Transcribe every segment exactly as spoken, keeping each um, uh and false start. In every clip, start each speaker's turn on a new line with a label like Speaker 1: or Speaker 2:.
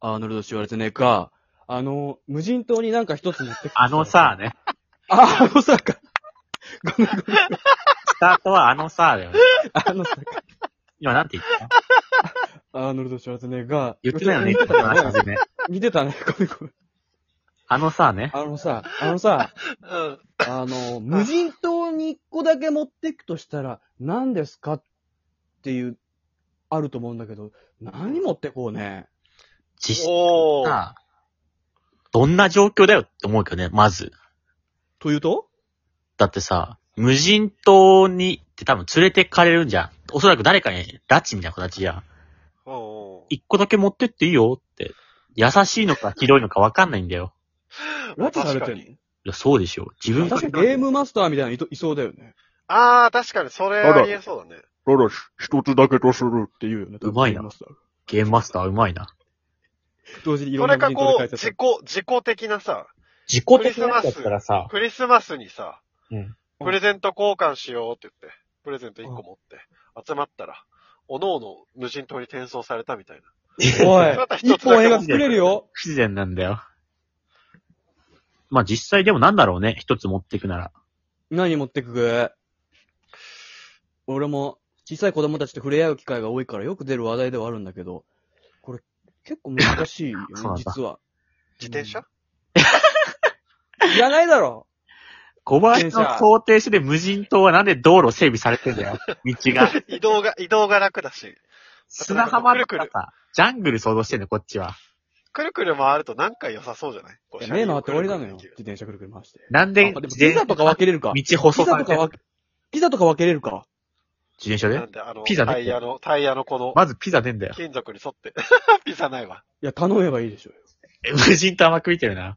Speaker 1: アーノルド・シュワルツェネッガー、あの、無人島になんか一つ持ってく
Speaker 2: あのさね。
Speaker 1: あ、あのさか。ごめんごめん。
Speaker 2: スタートはあのさだよね。
Speaker 1: あのさか。
Speaker 2: 今なんて言った
Speaker 1: アーノルド・シュワルツェネッガー。
Speaker 2: 言ってたよね、言ってたよね、初め。
Speaker 1: 見てたね、ごめんごめん。
Speaker 2: あのさね。
Speaker 1: あのさ、あのさ、
Speaker 3: うん。
Speaker 1: あの、無人島に一個だけ持ってくとしたら何ですかっていう、あると思うんだけど、何持ってこうね。
Speaker 2: 実際
Speaker 3: おー。
Speaker 2: さ、どんな状況だよって思うけどね、まず。
Speaker 1: というと
Speaker 2: だってさ、無人島にって多分連れてかれるんじゃん。おそらく誰かに拉致みたいな形じゃん。
Speaker 3: おー。
Speaker 2: 一個だけ持ってっていいよって。優しいのかひどいのかわかんないんだよ。
Speaker 1: 拉致されてんの
Speaker 2: いや、そうでしょ。自分
Speaker 1: 確かにゲームマスターみたいなのいといそうだよね。
Speaker 3: あー、確かにそれありえそうだね。
Speaker 1: ただし、一つだけとするっていうよね。
Speaker 2: うまいな
Speaker 1: ゲームマスターが
Speaker 2: ゲームマスターうまいな。
Speaker 1: 同時にいろ
Speaker 3: そ
Speaker 1: んな無人島で
Speaker 3: れかこう、
Speaker 1: 開催され
Speaker 3: 自己、自己的なさ、
Speaker 2: 自己的なやつだったらさ、
Speaker 3: クリスマスにさ、
Speaker 2: うん。
Speaker 3: プレゼント交換しようって言って、プレゼントいっこ持って、集まったら、おのおの無人島に転送されたみたいな。
Speaker 1: おい
Speaker 3: そうだったら、
Speaker 1: 一
Speaker 3: 一つだけ
Speaker 1: 本映画作れるよ。
Speaker 2: 不自然なんだよ。まあ実際でもなんだろうね、一つ持っていくなら。
Speaker 1: 何持ってく？俺も小さい子供たちと触れ合う機会が多いからよく出る話題ではあるんだけど、これ結構難しいよね、
Speaker 2: そうなんだ
Speaker 1: 実は。
Speaker 3: 自転車、
Speaker 1: いらないだろ。
Speaker 2: 小林の想定して無人島はなんで道路整備されてんだよ。道が。
Speaker 3: 移動が、移動が楽だし、
Speaker 2: 砂浜と
Speaker 3: くるくる
Speaker 2: かさ、ジャングル想像してんの、こっちは。
Speaker 3: くるくる回ると何回良さそうじゃないこう
Speaker 1: 目回って終わりなのよ。
Speaker 3: 車輪をくるくるできる
Speaker 1: 自転車くるくる回して。
Speaker 2: なんで
Speaker 1: あ、でもピザとか分けれるか。
Speaker 2: 道細されて
Speaker 1: ピザとか分け、ピザとか分けれるか。
Speaker 2: 自転車で
Speaker 3: なんで、あの、
Speaker 2: ピザね
Speaker 3: タイヤの、タイヤのこの、
Speaker 2: まずピザ出んだよ。
Speaker 3: 金属に沿って。ピザないわ。
Speaker 1: いや、頼めばいいでしょうよ。
Speaker 2: え無人島甘く見てるな。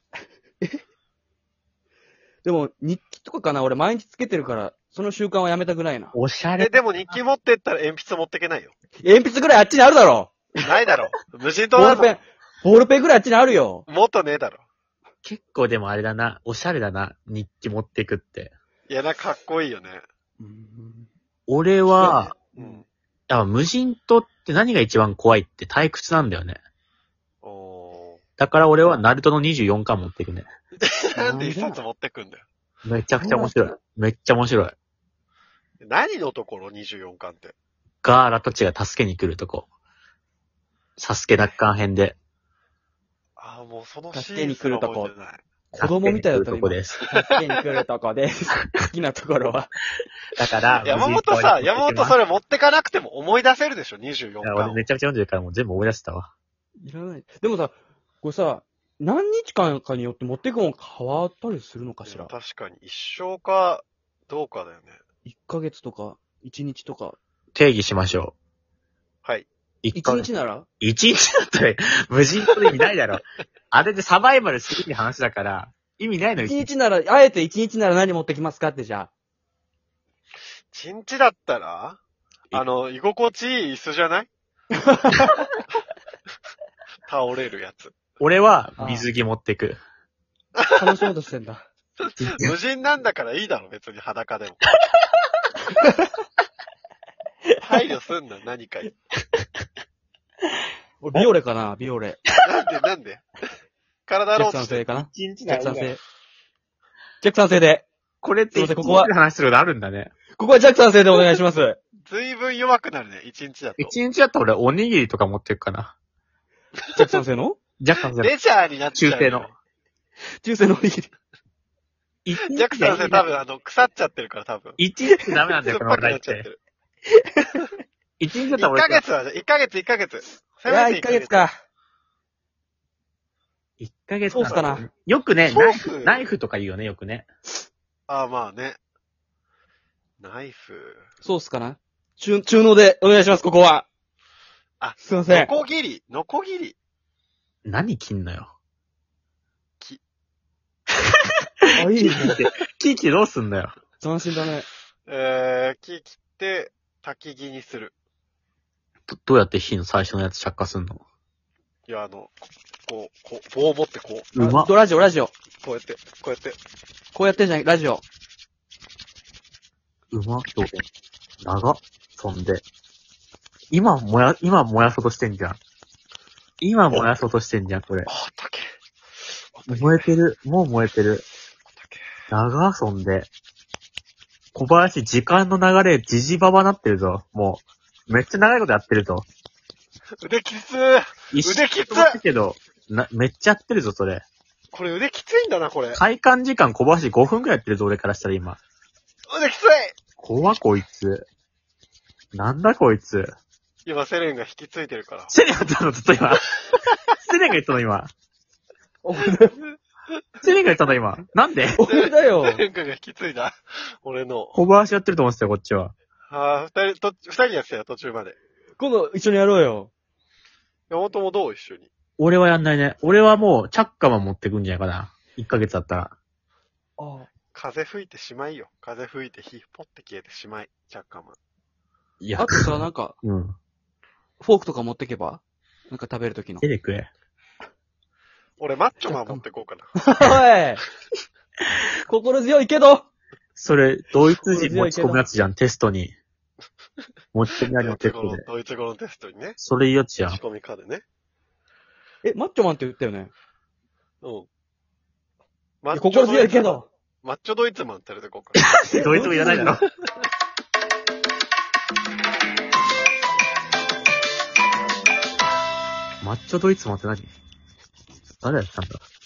Speaker 1: でも、日記とかかな俺毎日つけてるから、その習慣はやめたくないな。
Speaker 3: え、
Speaker 2: おしゃれ。
Speaker 3: でも日記持ってったら鉛筆持ってけないよ。
Speaker 1: 鉛筆ぐらいあっちにあるだろ。
Speaker 3: ないだろ。無人
Speaker 1: ボ
Speaker 3: 島だぞ
Speaker 1: ールペン、ボールペンぐらいあっちにあるよ。
Speaker 3: もっとねえだろ。
Speaker 2: 結構でもあれだな、おしゃれだな、日記持っていくって。
Speaker 3: いや、な、かっこいいよね。
Speaker 2: 俺は、
Speaker 3: うん。
Speaker 2: やっぱ無人島って何が一番怖いって退屈なんだよね。
Speaker 3: お
Speaker 2: だから俺はナルトのにじゅうよんかん持っていくね。
Speaker 3: ー。なんで一冊持ってくんだよ。
Speaker 2: めちゃくちゃ面白い。めっちゃ面白い。
Speaker 3: 何のところにじゅうよんかんって。
Speaker 2: ガーラたちが助けに来るとこ。サスケ奪還編で。
Speaker 3: ああ、もうその
Speaker 1: 助けに来るとこ
Speaker 3: シーンすら覚えてない。
Speaker 1: 子供みたいだった
Speaker 2: 助けに来るとこです。
Speaker 1: 助けに来るとこです。好きなところは。
Speaker 2: だから、
Speaker 3: 山本さ、山本それ持ってかなくても思い出せるでしょ、にじゅうよんかん。
Speaker 2: いや俺めちゃくちゃ読んでるからもう全部思い出したわ。
Speaker 1: いらない。でもさ、これさ、何日間かによって持っていくもん変わったりするのかし
Speaker 3: いや
Speaker 1: ら。
Speaker 3: 確かに、一生か、どうかだよね。
Speaker 1: いっかげつとか、いちにちとか。
Speaker 2: 定義しましょ
Speaker 3: はい。
Speaker 2: う。い
Speaker 1: いちにちなら
Speaker 2: 一日だったら無人島で意味ないだろ。あれでサバイバルするって話だから、意味ないのよ。
Speaker 1: いちにちなら、あえていちにちなら何持ってきますかってじゃあ。
Speaker 3: 一日だったらあの、居心地いい椅子じゃない倒れるやつ。
Speaker 2: 俺は水着持ってく。
Speaker 1: 楽しもうとしてんだ。
Speaker 3: 無人なんだからいいだろ、別に裸でも。配慮すんな、何かに。
Speaker 1: ビオレかなビオレ。
Speaker 3: なんで、なんで体
Speaker 1: ジャ
Speaker 3: ローチして。
Speaker 1: ック賛成かな
Speaker 2: 一日
Speaker 1: ジャック賛成。ジャック賛成で。
Speaker 2: これって
Speaker 1: すいませんここは
Speaker 2: 一日で話することあるんだね。
Speaker 1: ここはジャック賛成でお願いします。
Speaker 3: ずいぶん弱くなるね、一日だと。
Speaker 2: 一日だったら俺おにぎりとか持ってくかな。
Speaker 1: ジャック賛成の
Speaker 2: ジャックさんじゃ
Speaker 3: レジャーになっちゃうよ。
Speaker 2: 中性の。
Speaker 1: 中世のおにぎり。
Speaker 2: ジ
Speaker 3: ジャック先生多分あの、腐っちゃってるから多分。
Speaker 2: 一日ダメなんだよ、この
Speaker 3: 酸っぱくな
Speaker 2: 話って。
Speaker 3: っちゃってる。
Speaker 2: 一日だった
Speaker 3: 1
Speaker 2: ら俺
Speaker 3: ヶ月は、いっかげついっかげつ。
Speaker 1: いや、いっかげつ。か。
Speaker 2: 一ヶ月
Speaker 1: ソースかな。
Speaker 2: よくね、
Speaker 3: ソース
Speaker 2: ナイフ、ナイフとか言うよね、よくね。
Speaker 3: ああ、まあね。ナイフ。
Speaker 1: ソースかな中、中濃でお願いします、ここは。
Speaker 3: あ、
Speaker 1: すいません。
Speaker 3: ノコギリ、ノコギリ。
Speaker 2: 何切んのよ。
Speaker 1: あ、いいね。
Speaker 2: 木切ってどうすんだよ。
Speaker 1: 斬新だね。
Speaker 3: えー、木切って、焚き木にする。
Speaker 2: ど、どうやって火の最初のやつ着火すんの？
Speaker 3: いや、あの、こう、こう、棒を持ってこう、
Speaker 2: うまっ。
Speaker 1: あラジオ、ラジオ。
Speaker 3: こうやって、こうやって。
Speaker 1: こうやってんじゃん、ラジオ。
Speaker 2: うまっ、表現。長っ。そんで。今燃や、今燃やそうとしてんじゃん。 今燃やそうとしてんじゃん、これ。
Speaker 3: あ、たけ。
Speaker 2: 燃えてる。もう燃えてる。長遊んで。小林、時間の流れ、じじばばなってるぞ。もう。めっちゃ長いことやってるぞ。
Speaker 3: 腕きつー。
Speaker 2: 一
Speaker 3: 腕きつ
Speaker 2: 瞬だけど、な、めっちゃやってるぞ、それ。
Speaker 3: これ腕きついんだな、これ。
Speaker 2: 体感時間小林ごふんくらいやってるぞ、俺からしたら今。
Speaker 3: 腕きつい。
Speaker 2: 怖こいつ。なんだこいつ。
Speaker 3: 今、セレンが引きついてるから。
Speaker 2: セレンが言ったのずっと今。セレンが言ったの今。
Speaker 1: 俺だよ。
Speaker 2: セレンが言ったの今。なんで
Speaker 1: 俺だよ。
Speaker 3: セレン君が引き継いだ。俺の。
Speaker 2: 小林やってると思ってたよ、こっちは。
Speaker 3: ああ、二人、と、二人やってたよ、途中まで。
Speaker 1: 今度一緒にやろうよ。
Speaker 3: 山本もどう一緒に。
Speaker 2: 俺はやんないね。俺はもう、チャッカマン持ってくんじゃないかな。いっかげつだったら。
Speaker 1: あ
Speaker 3: 風吹いてしまいよ。風吹いて火ポって消えてしまい。チャッカマン。
Speaker 2: いや
Speaker 1: あとさ、なんか、
Speaker 2: うん。
Speaker 1: フォークとか持ってけばなんか食べるときの。
Speaker 2: 手で食え。
Speaker 3: 俺、マッチョマン持ってこうかな。
Speaker 1: おい心強いけど
Speaker 2: それ、ドイツ人持ち込むやつじゃん、テストに。持ち込みありのテストで。
Speaker 3: ドイツ語のテストにね。
Speaker 2: それいいやつじゃん
Speaker 3: 持ち。込みかでね。
Speaker 1: え、マッチョマンって言ったよね。
Speaker 3: うん。
Speaker 1: いや心強いけど。
Speaker 3: マッチョドイツマンってやれてこうかな。
Speaker 2: ドイツ語いらないだろ。マッチョドイツマンって何誰やってたんだ